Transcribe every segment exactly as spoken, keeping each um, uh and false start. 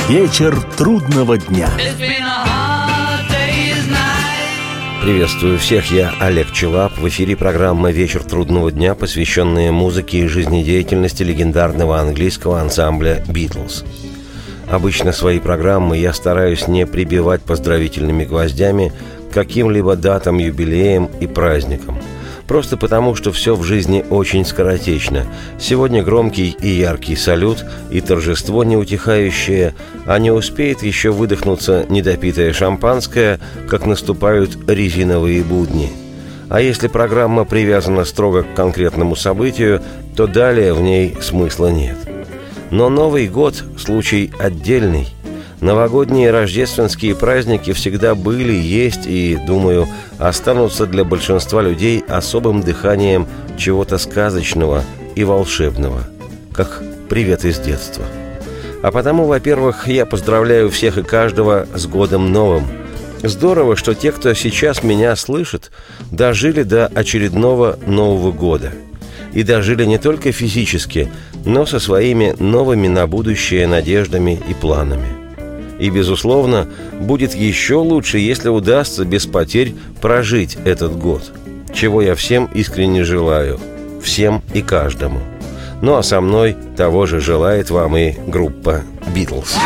Вечер трудного дня. Приветствую всех, я Олег Челап. В эфире программа «Вечер трудного дня», посвященная музыке и жизнедеятельности легендарного английского ансамбля «Битлз». Обычно свои программы я стараюсь не прибивать поздравительными гвоздями к каким-либо датам, юбилеям и праздникам. Просто потому, что все в жизни очень скоротечно. Сегодня громкий и яркий салют и торжество неутихающее, а не успеет еще выдохнуться недопитое шампанское, как наступают резиновые будни. А если программа привязана строго к конкретному событию, то далее в ней смысла нет. Но Новый год – случай отдельный. Новогодние и рождественские праздники всегда были, есть и, думаю, останутся для большинства людей особым дыханием чего-то сказочного и волшебного, как привет из детства. А потому, во-первых, я поздравляю всех и каждого с годом новым. Здорово, что те, кто сейчас меня слышит, дожили до очередного Нового года. И дожили не только физически, но со своими новыми на будущее надеждами и планами. И, безусловно, будет еще лучше, если удастся без потерь прожить этот год, чего я всем искренне желаю, всем и каждому. Ну а со мной того же желает вам и группа «Битлз».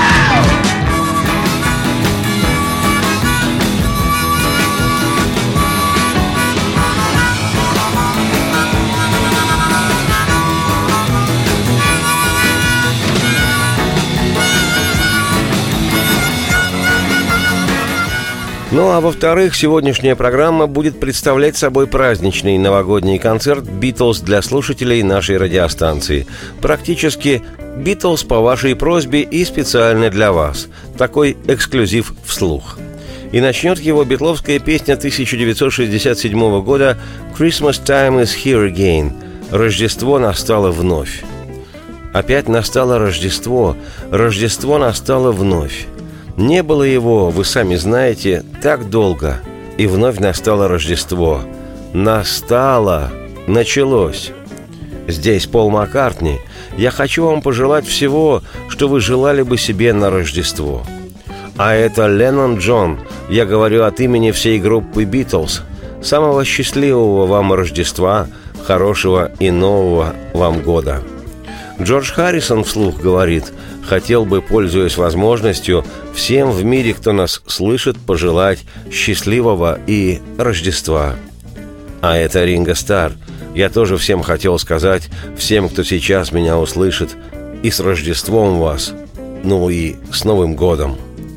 Ну а во-вторых, сегодняшняя программа будет представлять собой праздничный новогодний концерт «Битлз» для слушателей нашей радиостанции. Практически «Битлз» по вашей просьбе и специально для вас. Такой эксклюзив вслух. И начнет его битловская песня тысяча девятьсот шестьдесят седьмого года «Christmas time is here again». «Рождество настало вновь». Опять настало Рождество, Рождество настало вновь. Не было его, вы сами знаете, так долго, и вновь настало Рождество. Настало, началось. Здесь Пол Маккартни. Я хочу вам пожелать всего, что вы желали бы себе на Рождество. А это Леннон Джон. Я говорю от имени всей группы «Битлз». Самого счастливого вам Рождества, хорошего и нового вам года. Джордж Харрисон вслух говорит: хотел бы, пользуясь возможностью, всем в мире, кто нас слышит, пожелать счастливого и Рождества. А это Ринго Стар. Я тоже всем хотел сказать, всем, кто сейчас меня услышит, и с Рождеством вас, ну и с Новым годом.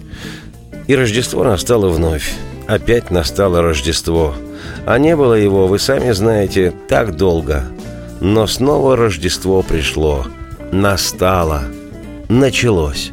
И Рождество настало вновь. Опять настало Рождество. А не было его, вы сами знаете, так долго. Но снова Рождество пришло. Настало. Началось.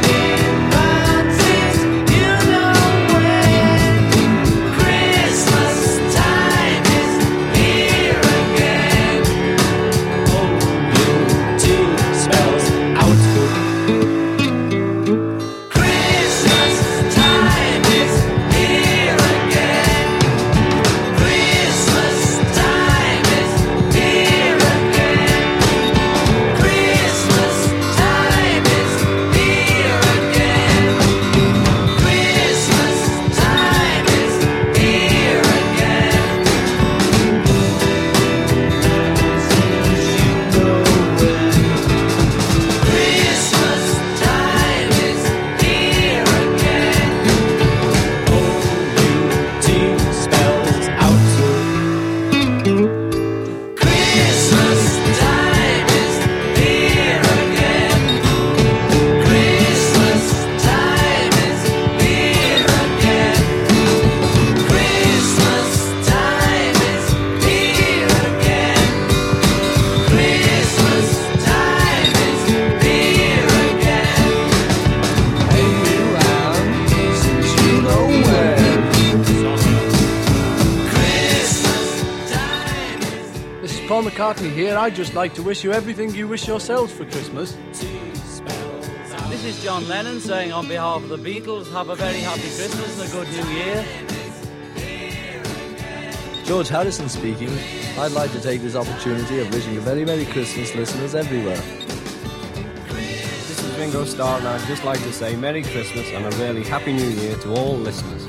Christmas Paul McCartney here. I'd just like to wish you everything you wish yourselves for Christmas. This is John Lennon saying on behalf of the Beatles, have a very happy Christmas and a good New Year. George Harrison speaking. I'd like to take this opportunity of wishing a very Merry Christmas, listeners everywhere. This is Ringo Starr, and I'd just like to say Merry Christmas and a really Happy New Year to all listeners.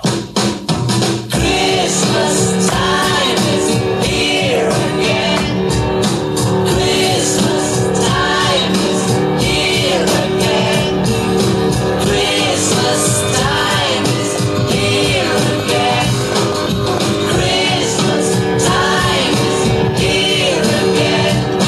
Christmas time is here again. Christmas time is here again. Christmas time is here again. Christmas time is here again.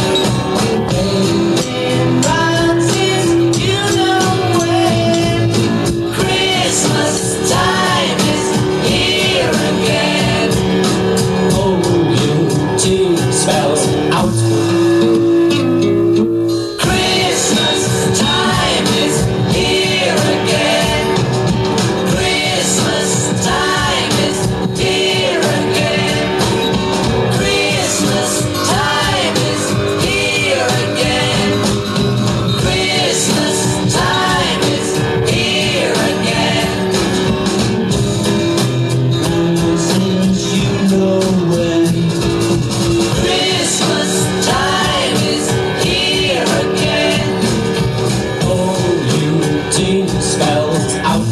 Baby, rises, you know when. Christmas time is here again. Oh, you tea spells out. Christmas time is here again. Christmas time is here again. Christmas time is here again. Christmas time is here again. Since you know when. Christmas time is here again. Oh, you teen spells out.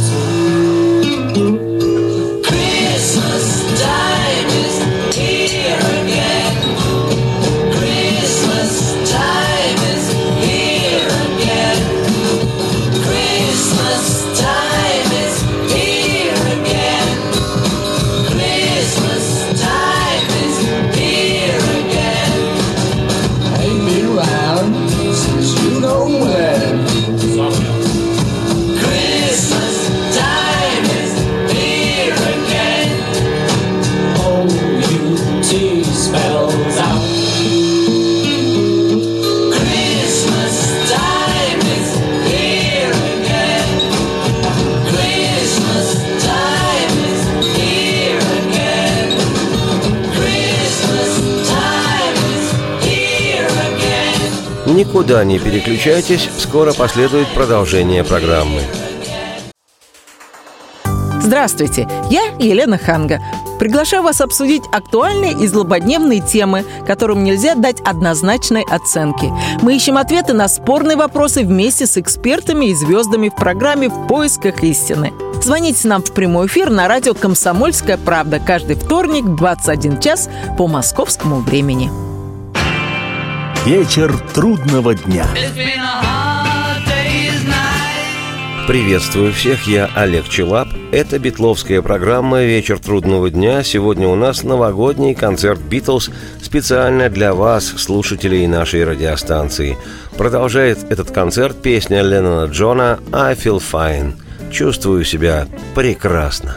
Christmas time is here again. Christmas time is here again. Christmas time is here again. Christmas time is here again. Ain't been around since you know when. Christmas time is here again. Oh, you tea spells out. Christmas time is here again. Christmas time is here again. Christmas time is here again. Никуда не переключайтесь, скоро последует продолжение программы. Здравствуйте, я Елена Ханга. Приглашаю вас обсудить актуальные и злободневные темы, которым нельзя дать однозначной оценки. Мы ищем ответы на спорные вопросы вместе с экспертами и звездами в программе «В поисках истины». Звоните нам в прямой эфир на радио «Комсомольская правда» каждый вторник в двадцать один час по московскому времени. Вечер трудного дня. Приветствую всех, я Олег Челап. Это битловская программа «Вечер трудного дня». Сегодня у нас новогодний концерт «Битлз» специально для вас, слушателей нашей радиостанции. Продолжает этот концерт песня Леннона Джона «I feel fine». Чувствую себя прекрасно.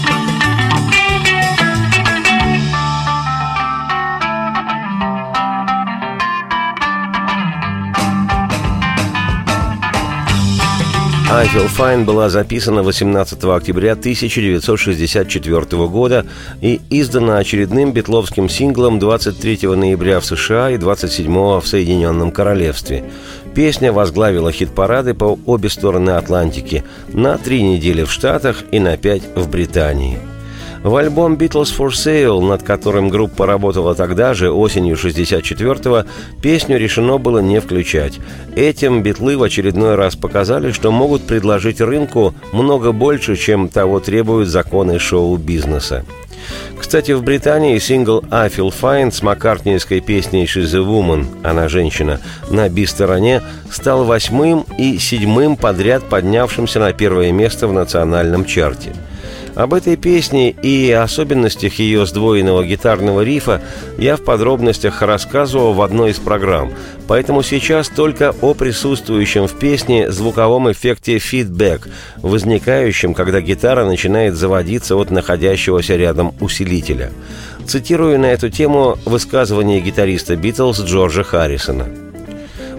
«I Feel Fine» была записана восемнадцатого октября тысяча девятьсот шестьдесят четвёртого года и издана очередным битловским синглом двадцать третьего ноября в США и двадцать седьмого в Соединенном Королевстве. Песня возглавила хит-парады по обе стороны Атлантики на три недели в Штатах и на пять в Британии. В альбом «Beatles for Sale», над которым группа работала тогда же, осенью шестьдесят четвёртого, песню решено было не включать. Этим битлы в очередной раз показали, что могут предложить рынку много больше, чем того требуют законы шоу-бизнеса. Кстати, в Британии сингл «I Feel Fine» с маккартниевской песней «She's a Woman» «Она женщина» на би-стороне стал восьмым и седьмым подряд поднявшимся на первое место в национальном чарте. Об этой песне и особенностях ее сдвоенного гитарного рифа я в подробностях рассказывал в одной из программ, поэтому сейчас только о присутствующем в песне звуковом эффекте «фидбэк», возникающем, когда гитара начинает заводиться от находящегося рядом усилителя. Цитирую на эту тему высказывание гитариста «Битлз» Джорджа Харрисона.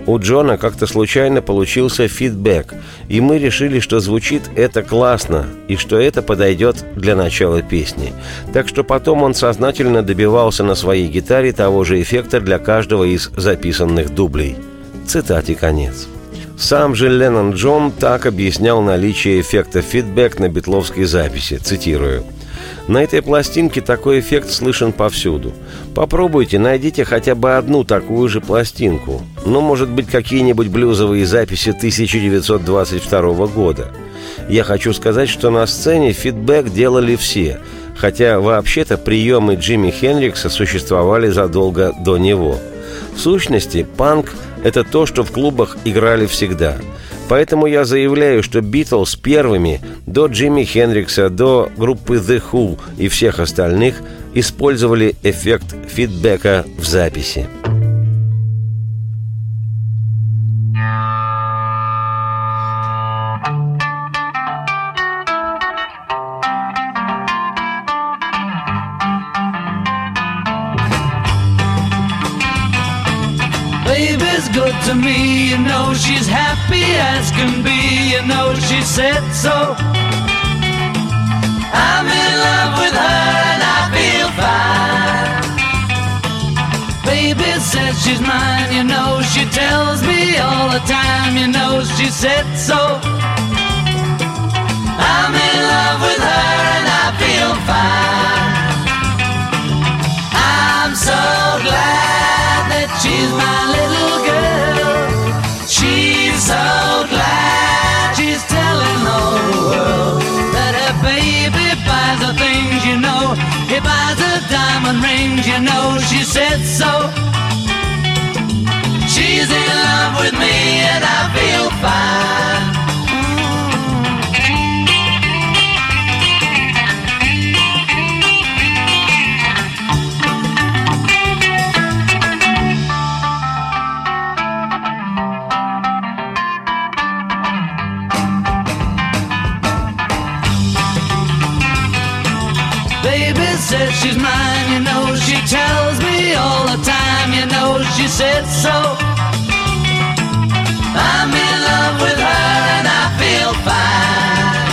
У Джона как-то случайно получился фидбэк, и мы решили, что звучит это классно, и что это подойдет для начала песни. Так что потом он сознательно добивался на своей гитаре того же эффекта для каждого из записанных дублей. Цитате конец. Сам же Леннон Джон так объяснял наличие эффекта фидбэк на битловской записи, цитирую: «На этой пластинке такой эффект слышен повсюду. Попробуйте, найдите хотя бы одну такую же пластинку. Ну, может быть, какие-нибудь блюзовые записи тысяча девятьсот двадцать второго года. Я хочу сказать, что на сцене фидбэк делали все, хотя вообще-то приемы Джимми Хендрикса существовали задолго до него. В сущности, панк – это то, что в клубах играли всегда. Поэтому я заявляю, что Битлз первыми, до Джимми Хендрикса, до группы The Who и всех остальных, использовали эффект фидбэка в записи». Baby's good to me, you know she's happy as can be, you know she said so. I'm in love with her and I feel fine. Baby says she's mine, you know she tells me all the time, you know she said so. I'm in love with her and I feel fine. I'm so glad that she's my little girl. She's so glad she's telling the whole world that her baby buys her things, you know. He buys her diamond rings, you know. She said so. She's in love with me and I feel fine. Says she's mine, you know, she tells me all the time, you know, she said so. I'm in love with her and I feel fine.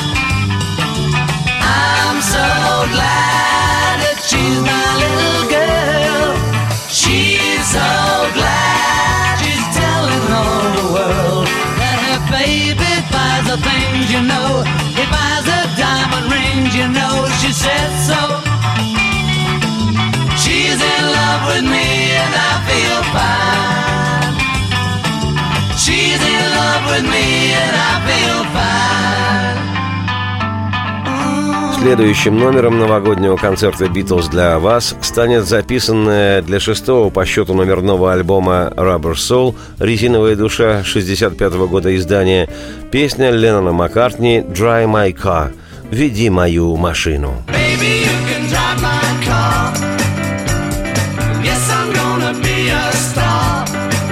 I'm so glad that she's my little girl. She's so glad she's telling the whole world that her baby buys her things, you know. He buys her diamond rings, you know, she said so. She's in love with me and I feel fine. She's in love with me and I feel fine. Следующим номером новогоднего концерта «Битлз для вас» станет записанная для шестого по счету номерного альбома «Rubber Soul» «Резиновая душа» шестьдесят пятого года издания песня Леннона Маккартни «Drive My Car» «Веди мою машину». Baby, you can drive my car. Yes, I'm gonna be a star.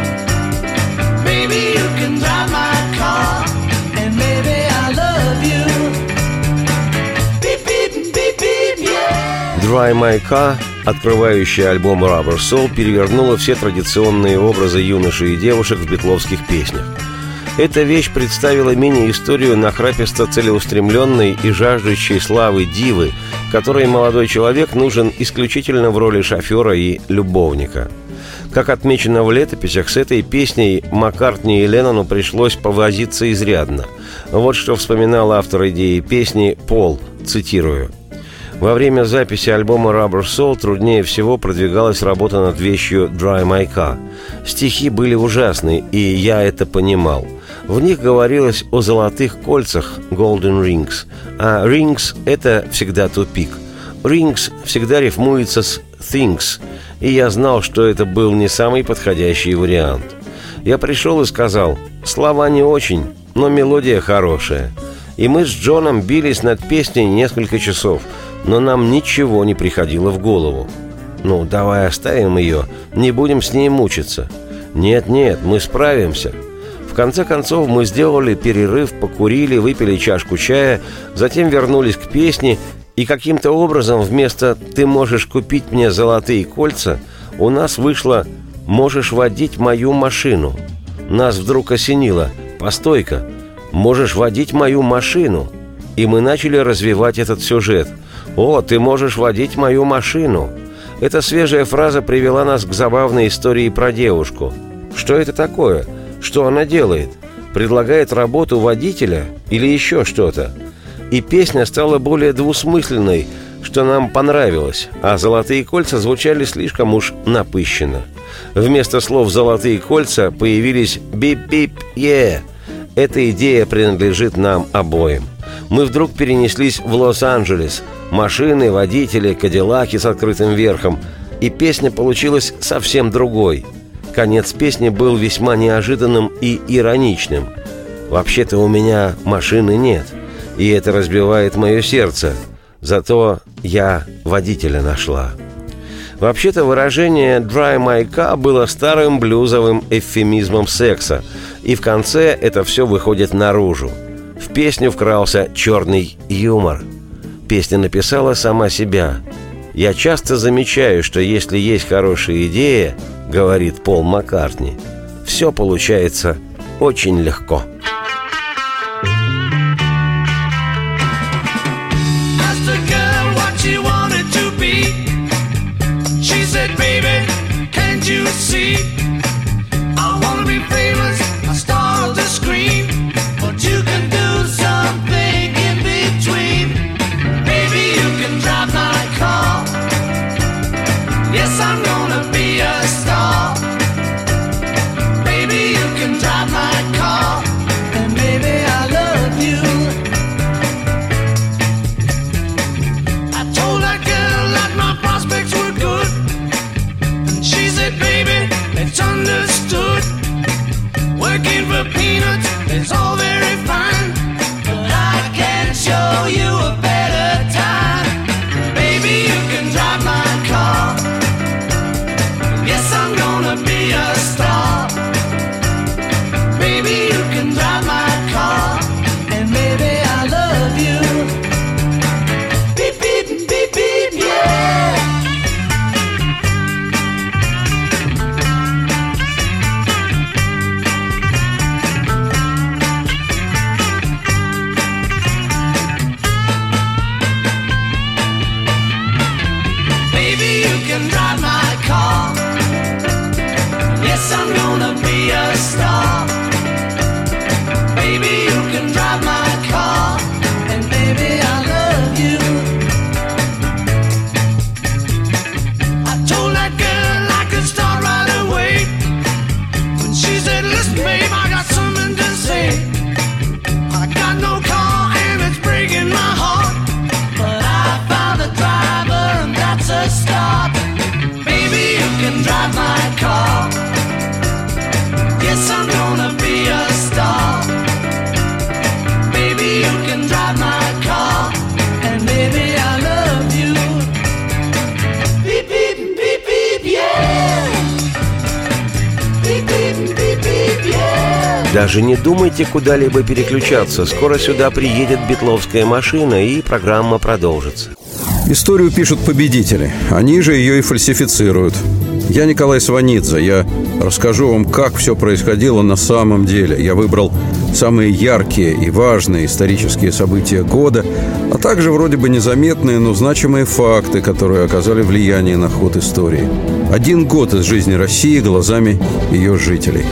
Baby, you can drive my car. And baby, I love you. Beep, beep, beep, beep, yeah. «Drive My Car», открывающая альбом «Rubber Soul», перевернула все традиционные образы юношей и девушек в битловских песнях. Эта вещь представила мини-историю нахраписто целеустремленной и жаждущей славы дивы, которой молодой человек нужен исключительно в роли шофера и любовника. Как отмечено в летописях, с этой песней Маккартни и Леннону пришлось повозиться изрядно. Вот что вспоминал автор идеи песни Пол, цитирую: «Во время записи альбома Rubber Soul труднее всего продвигалась работа над вещью Drive My Car. Стихи были ужасны, и я это понимал. В них говорилось о золотых кольцах Golden Rings, а Rings – это всегда тупик. Rings всегда рифмуется с Things, и я знал, что это был не самый подходящий вариант. Я пришел и сказал: слова не очень, но мелодия хорошая. И мы с Джоном бились над песней несколько часов, но нам ничего не приходило в голову. Ну, давай оставим ее, не будем с ней мучиться. Нет-нет, мы справимся». В конце концов мы сделали перерыв, покурили, выпили чашку чая, затем вернулись к песне, и каким-то образом вместо «ты можешь купить мне золотые кольца» у нас вышло «можешь водить мою машину». нас вдруг осенило: постой-ка, можешь водить мою машину. И мы начали развивать этот сюжет. «О, ты можешь водить мою машину». Эта свежая фраза привела нас к забавной истории про девушку. Что это такое? Что она делает? Предлагает работу водителя или еще что-то? И песня стала более двусмысленной, что нам понравилось, а «Золотые кольца» звучали слишком уж напыщенно. Вместо слов «золотые кольца» появились «бип-бип-е». Эта идея принадлежит нам обоим. Мы вдруг перенеслись в Лос-Анджелес. Машины, водители, кадиллаки с открытым верхом. И песня получилась совсем другой. Конец песни был весьма неожиданным и ироничным. «Вообще-то у меня машины нет, и это разбивает мое сердце. Зато я водителя нашла». Вообще-то выражение «dry my car» было старым блюзовым эвфемизмом секса, и в конце это все выходит наружу. В песню вкрался черный юмор. Песня написала сама себя. «Я часто замечаю, что если есть хорошая идея, — говорит Пол Маккартни, — все получается очень легко». Даже не думайте куда-либо переключаться. Скоро сюда приедет битловская машина, и программа продолжится. Историю пишут победители. Они же ее и фальсифицируют. Я Николай Сванидзе. Я расскажу вам, как все происходило на самом деле. Я выбрал самые яркие и важные исторические события года, а также вроде бы незаметные, но значимые факты, которые оказали влияние на ход истории. Один год из жизни России глазами ее жителей.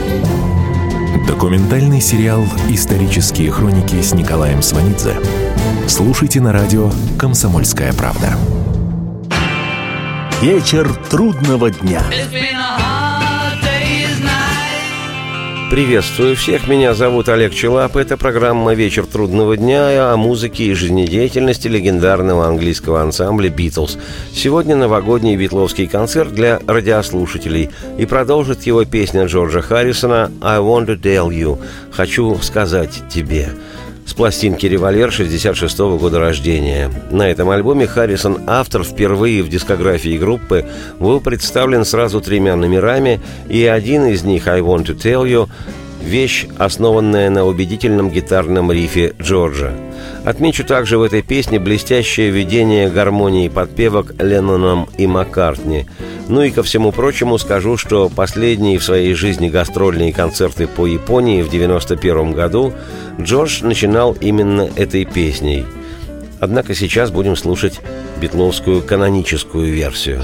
Документальный сериал «Исторические хроники» с Николаем Сванидзе. Слушайте на радио «Комсомольская правда». Вечер трудного дня. Приветствую всех, меня зовут Олег Челап. Это программа «Вечер трудного дня» о музыке и жизнедеятельности легендарного английского ансамбля «Битлз». Сегодня новогодний битловский концерт для радиослушателей, и продолжит его песня Джорджа Харрисона «I want to tell you» – «Хочу сказать тебе», с пластинки «Револьвер» шестьдесят шестого года рождения. На этом альбоме Харрисон, автор, впервые в дискографии группы, был представлен сразу тремя номерами, и один из них «I want to tell you» – вещь, основанная на убедительном гитарном рифе Джорджа. Отмечу также в этой песне блестящее ведение гармонии подпевок Ленноном и Маккартни. Ну и ко всему прочему скажу, что последние в своей жизни гастрольные концерты по Японии в девяносто первом году Джордж начинал именно этой песней. Однако сейчас будем слушать битловскую каноническую версию.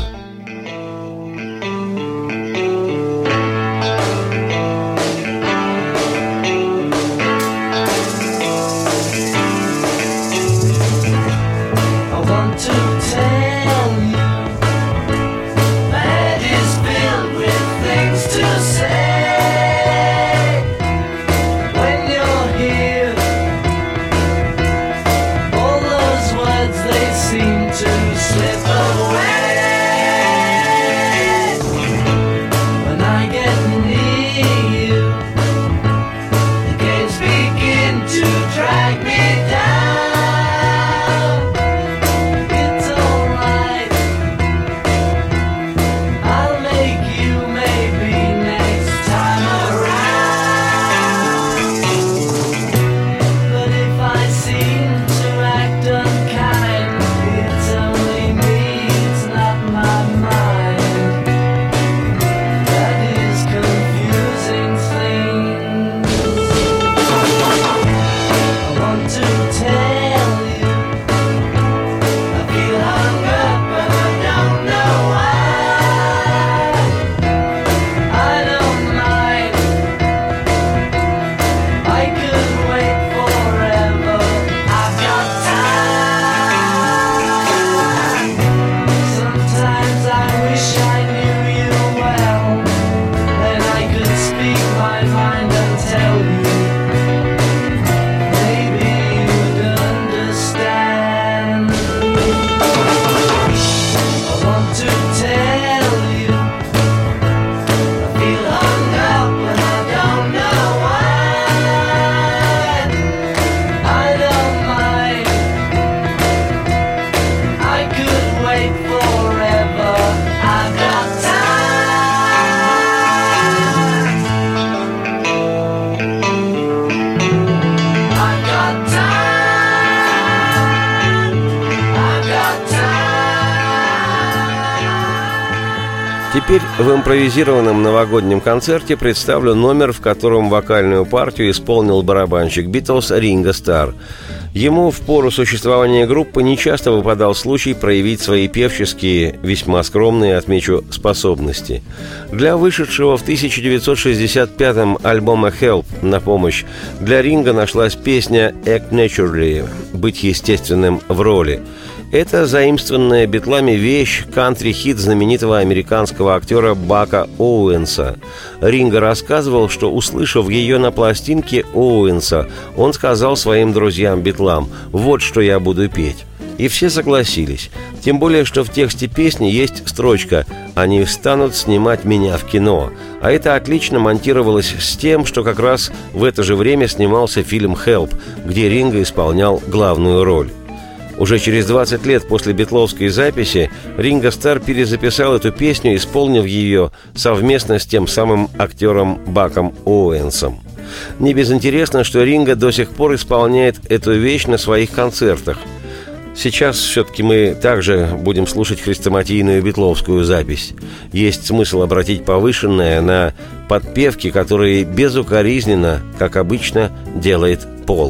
Теперь в импровизированном новогоднем концерте представлю номер, в котором вокальную партию исполнил барабанщик Битлз Ринго Старр. Ему в пору существования группы нечасто выпадал случай проявить свои певческие, весьма скромные, отмечу, способности. Для вышедшего в тысяча девятьсот шестьдесят пятом альбома «Help» на помощь для Ринго нашлась песня «Act Naturally» – «Быть естественным в роли». Это заимствованная Битлами вещь, кантри-хит знаменитого американского актера Бака Оуэнса. Ринго рассказывал, что, услышав ее на пластинке Оуэнса, он сказал своим друзьям Битлам: «Вот что я буду петь». И все согласились. Тем более, что в тексте песни есть строчка «Они станут снимать меня в кино». А это отлично монтировалось с тем, что как раз в это же время снимался фильм «Help», где Ринго исполнял главную роль. Уже через двадцать лет после битловской записи Ринго Старр перезаписал эту песню, исполнив ее совместно с тем самым актером Баком Оуэнсом. Не безинтересно, что Ринго до сих пор исполняет эту вещь на своих концертах. Сейчас все-таки мы также будем слушать хрестоматийную битловскую запись. Есть смысл обратить повышенное на подпевки, которые безукоризненно, как обычно, делает Пол.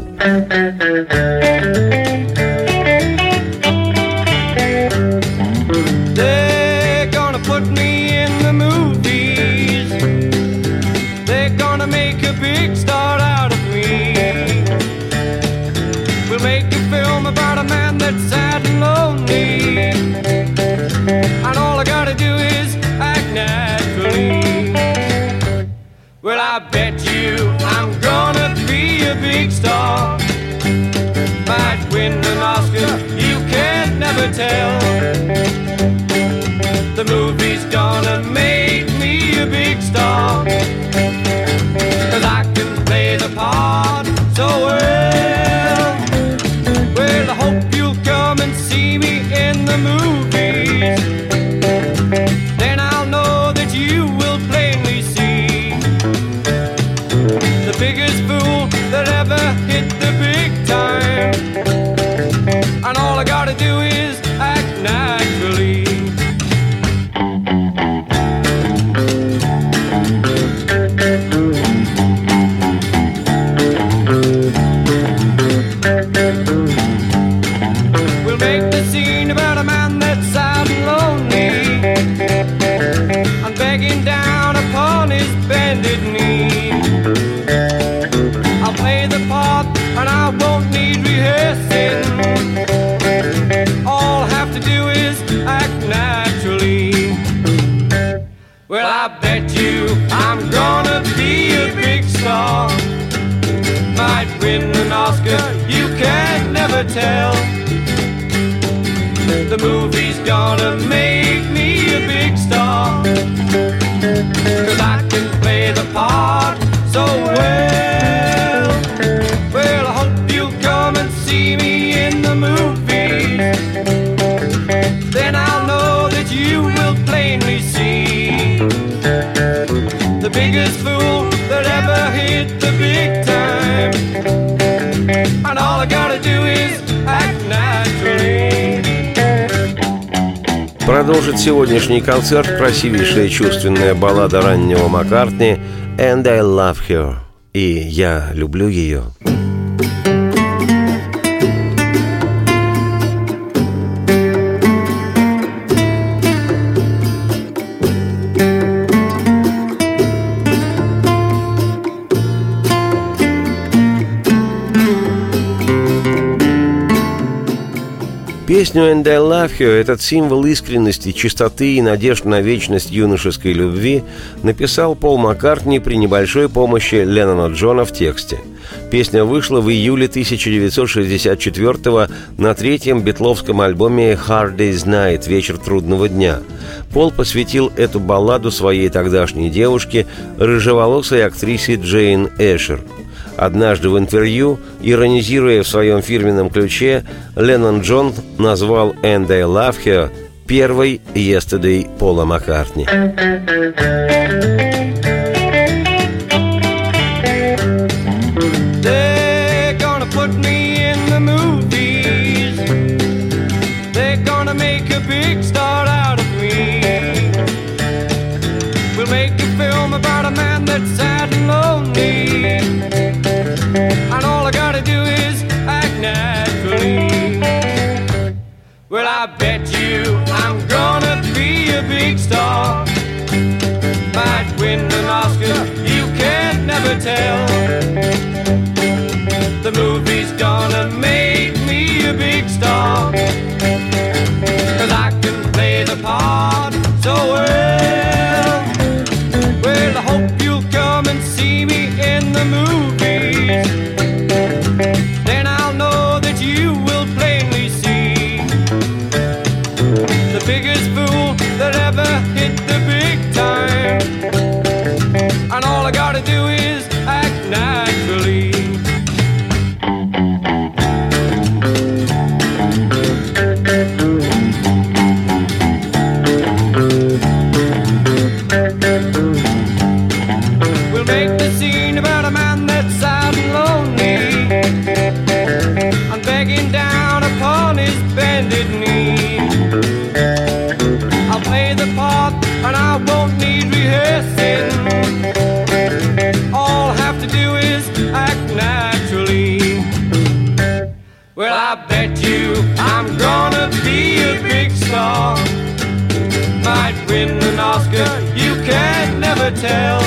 About a man that's sad and lonely, and all I gotta do is act naturally. Well, I bet you I'm gonna be a big star, might win an Oscar, you can't never tell. The movie's gonna make me a big star, 'cause I can play the part so well. Well, I hope you'll come and see me in the movies. Then I'll know that you will plainly see the biggest fool that ever hit the big time. scene about a man that's sad and lonely and begging down upon his bended knee. I'll play the part and I won't need rehearsing. All I have to do is act naturally. Well, I bet you I'm gonna be a big star. Might win an Oscar, you can never tell. The movie's gonna make me a big star, 'cause I can play the part so well. Well, I hope you'll come and see me in the movies. Then I'll know that you will plainly see the biggest fool that ever hit the big time. And all I gotta do is act naturally. Продолжит сегодняшний концерт красивейшая чувственная баллада раннего Маккартни «And I Love Her» и «Я люблю ее». Песню «And I Love You», этот символ искренности, чистоты и надежд на вечность юношеской любви, написал Пол Маккартни при небольшой помощи Леннона Джона в тексте. Песня вышла в июле тысяча девятьсот шестьдесят четвёртого на третьем битловском альбоме «Hard Day's Night» «Вечер трудного дня». Пол посвятил эту балладу своей тогдашней девушке, рыжеволосой актрисе Джейн Эшер. Однажды в интервью, иронизируя в своем фирменном ключе, Леннон Джон назвал «And I Love Her» первой «Yesterday» Пола Маккартни. Well, I bet you I'm gonna be a big star. Might win an Oscar, you can never tell. The movie's gonna make me a big star, 'cause I can play the part so well. Well, I hope you'll come and see me in the movies. Then I'll know that you will plainly see the biggest fool that ever hit the big time. And all I gotta do is act naturally. We'll make the scene about a man that's sad and lonely and begging down upon his bended knee. I'll play the part and I won't need rehearsing. All I have to do is act naturally. Well, I bet you I'm gonna be a big star. Might win an Oscar, you can never tell.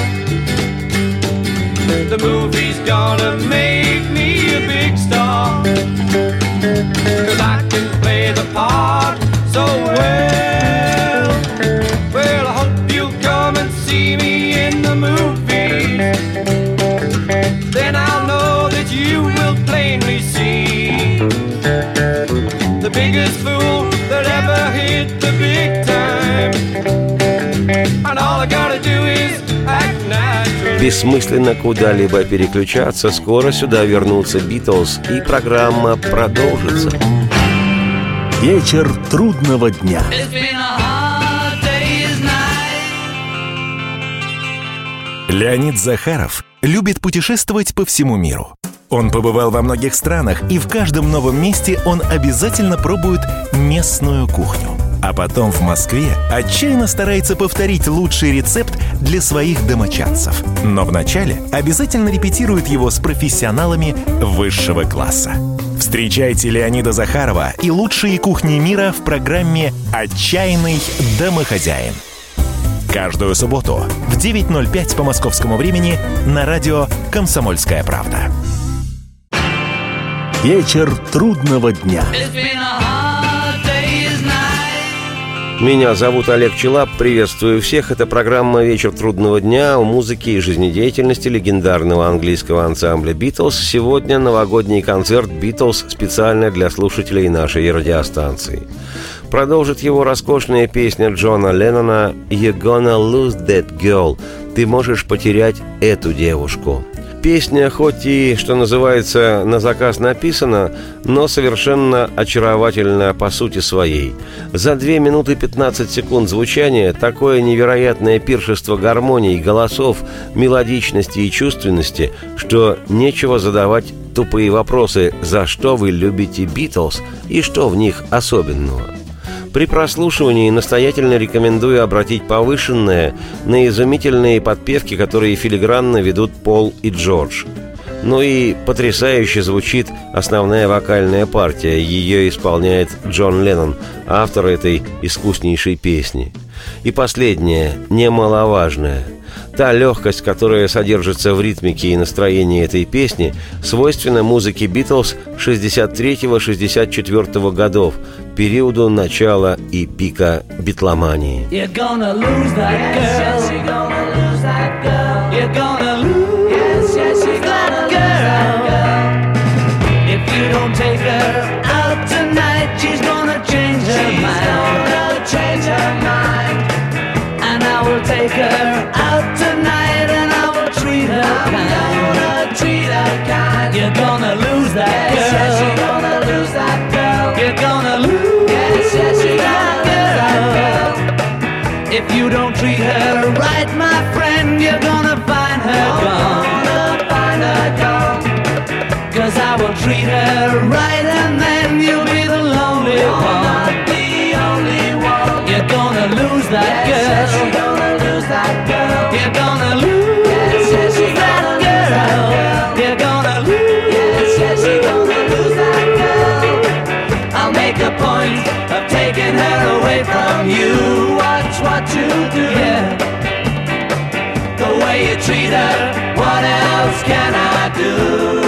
The movie's gonna make me a big star, 'cause I can play the part so well. Well, I hope you'll come and see me in the movies. Then I'll know that you will plainly see the biggest fool that ever hit the big time. And all I gotta do is act naturally. Бессмысленно куда-либо переключаться, скоро сюда вернутся Битлз, и программа продолжится. Вечер трудного дня. Леонид Захаров любит путешествовать по всему миру. Он побывал во многих странах, и в каждом новом месте он обязательно пробует местную кухню. А потом в Москве отчаянно старается повторить лучший рецепт для своих домочадцев. Но вначале обязательно репетирует его с профессионалами высшего класса. Встречайте Леонида Захарова и лучшие кухни мира в программе «Отчаянный домохозяин». Каждую субботу в девять ноль пять по московскому времени на радио «Комсомольская правда». Вечер трудного дня. Меня зовут Олег Челап, приветствую всех. Это программа «Вечер трудного дня» о музыке и жизнедеятельности легендарного английского ансамбля «Битлз». Сегодня новогодний концерт «Битлз» специально для слушателей нашей радиостанции. Продолжит его роскошная песня Джона Леннона «You're gonna lose that girl» – «Ты можешь потерять эту девушку». Песня, хоть и, что называется, на заказ написана, но совершенно очаровательна по сути своей. За две минуты пятнадцать секунд звучания такое невероятное пиршество гармоний, голосов, мелодичности и чувственности, что нечего задавать тупые вопросы «За что вы любите Битлз?» и «Что в них особенного?». При прослушивании настоятельно рекомендую обратить повышенное на изумительные подпевки, которые филигранно ведут Пол и Джордж. Ну и потрясающе звучит основная вокальная партия. Ее исполняет Джон Леннон, автор этой искуснейшей песни. И последнее, немаловажное. Та легкость, которая содержится в ритмике и настроении этой песни, свойственна музыке Битлз шестьдесят третьего — шестьдесят четвёртого годов, периоду начала и пика битломании. Take her out tonight and I will treat her kind. I'm gonna treat her kind. You're gonna lose that girl. Yes, you're gonna lose that girl. You're gonna lose. Yes, yes, you're gonna lose that girl. If you don't treat her right, my friend, you're gonna find her gone. Gonna find her gone. 'Cause I will treat her right and then you'll be the lonely one. Not the only one. You're gonna lose that girl. Yes, you're gonna that girl. You're gonna lose. Yes, yes, you're gonna lose that girl. You're gonna lose. Yes, yes, you're gonna lose that girl. I'll make a point of taking her away from you. Watch what you do. Yeah. The way you treat her, what else can I do?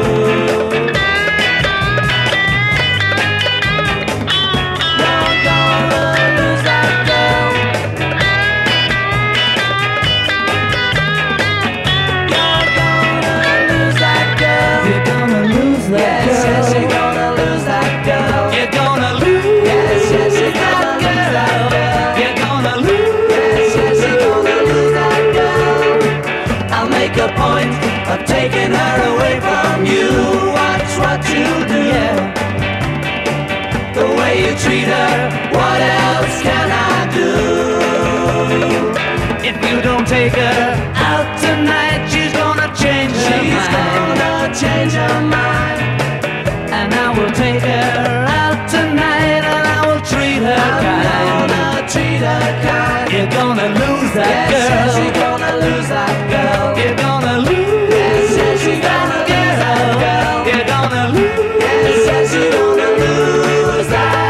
A point of taking her away from you. Watch what you do, yeah. The way you treat her, what else can I do? If you don't take her out tonight, she's gonna change her mind. She's gonna change her mind. And I will take her out tonight and I will treat her I'm kind. I'm gonna treat her kind. You're gonna lose that yes, girl. Yes, you're gonna lose that girl. You're gonna lose. Yes, yes, you're gonna lose that girl. You're gonna lose. Yes, yes, you're gonna lose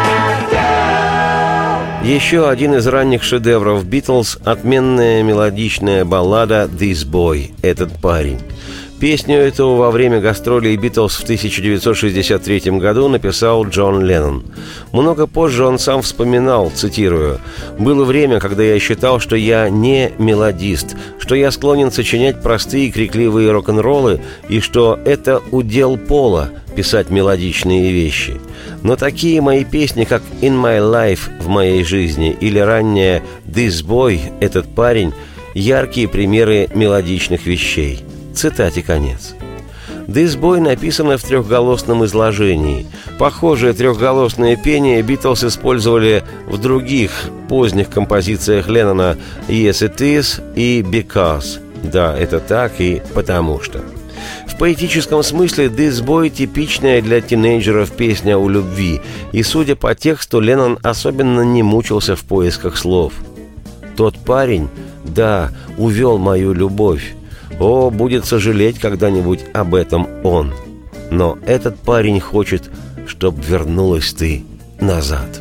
that girl. Еще один из ранних шедевров Битлз – отменная мелодичная баллада «This Boy» – «Этот парень». Песню эту во время гастролей Битлз в тысяча девятьсот шестьдесят третьем году написал Джон Леннон. Много позже он сам вспоминал, цитирую: «Было время, когда я считал, что я не мелодист, что я склонен сочинять простые крикливые рок-н-роллы и что это удел Пола – писать мелодичные вещи. Но такие мои песни, как «In My Life» – «В моей жизни» или ранняя «This Boy» – «Этот парень» – яркие примеры мелодичных вещей». Цитате конец. «This Boy» написано в трехголосном изложении. Похожее трехголосное пение Битлз использовали в других поздних композициях Леннона «Yes, it is» и «Because». Да, это так и «потому что». В поэтическом смысле «This Boy» типичная для тинейджеров песня о любви, и, судя по тексту, Леннон особенно не мучился в поисках слов. «Тот парень, да, увел мою любовь. О, будет сожалеть когда-нибудь об этом он». но этот парень хочет, чтоб вернулась ты назад.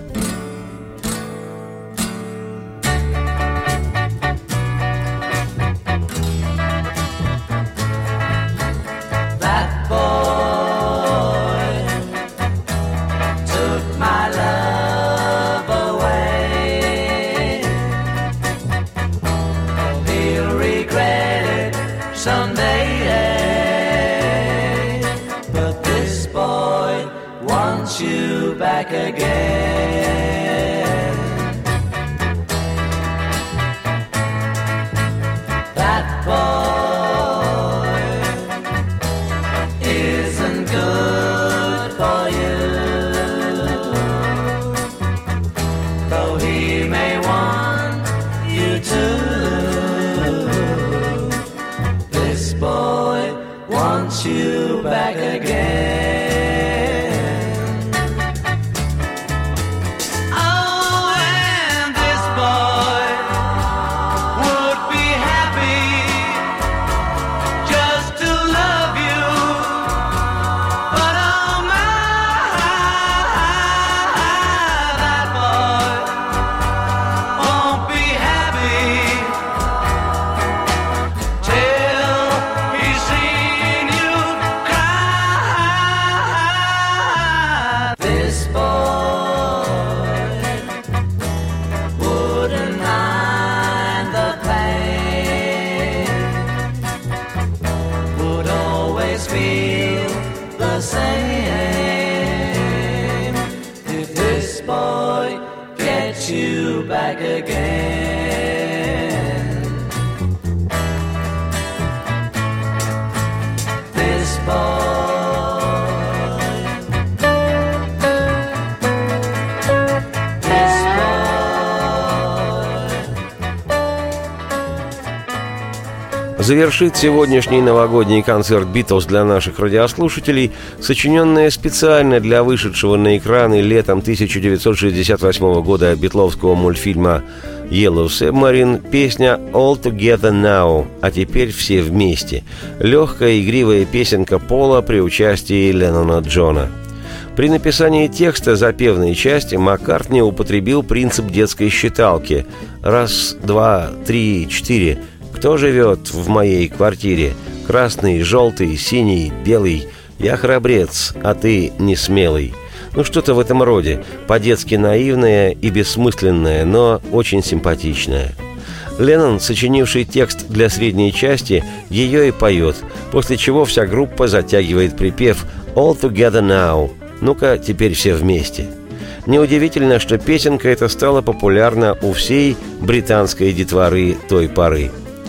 Завершит сегодняшний новогодний концерт «Битлз» для наших радиослушателей сочиненная специально для вышедшего на экраны летом тысяча девятьсот шестьдесят восьмого года битловского мультфильма «Yellow Submarine» песня «All Together Now», а теперь все вместе. Легкая игривая песенка Пола при участии Леннона Джона. При написании текста запевной части Маккартни употребил принцип детской считалки. Раз, два, три, четыре. Кто живет в моей квартире? Красный, желтый, синий, белый. Я храбрец, а ты не смелый. Ну, что-то в этом роде. По-детски наивное и бессмысленное, но очень симпатичное. Леннон, сочинивший текст для средней части, ее и поет, после чего вся группа затягивает припев «All Together Now». Ну-ка, теперь все вместе. Неудивительно, что песенка эта стала популярна у всей британской детворы той поры.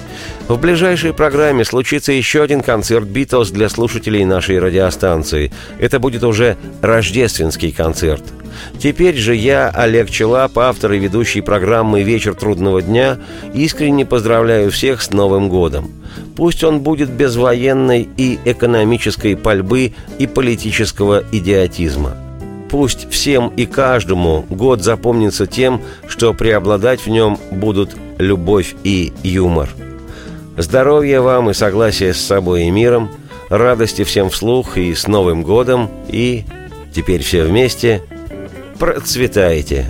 В ближайшей программе случится еще один концерт «Битлз» для слушателей нашей радиостанции. Это будет уже рождественский концерт. Теперь же я, Олег Челап, автор и ведущий программы «Вечер трудного дня», искренне поздравляю всех с Новым годом. Пусть он будет без военной и экономической пальбы и политического идиотизма. Пусть всем и каждому год запомнится тем, что преобладать в нем будут любовь и юмор. Здоровья вам и согласия с собой и миром, радости всем вслух и с Новым годом, и теперь все вместе процветайте!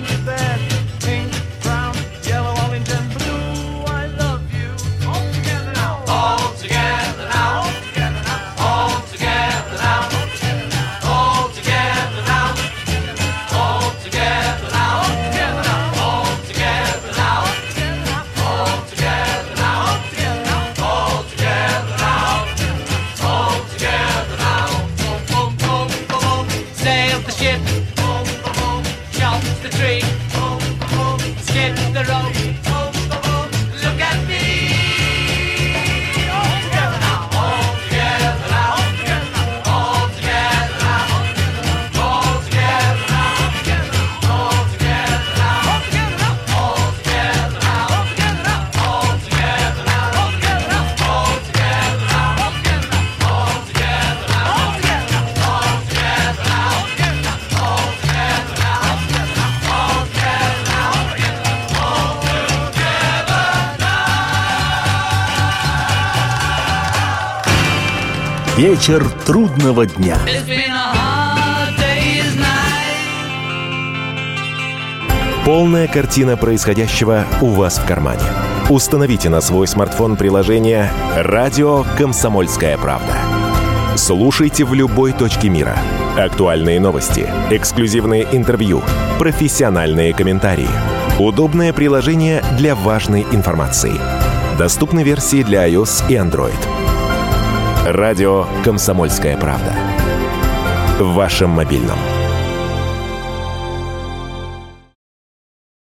All together Вечер трудного дня. Полная картина происходящего у вас в кармане. Установите на свой смартфон приложение «Радио Комсомольская правда». Слушайте в любой точке мира. Актуальные новости, эксклюзивные интервью, профессиональные комментарии. Удобное приложение для важной информации. Доступны версии для iOS и Android. Радио «Комсомольская правда». В вашем мобильном.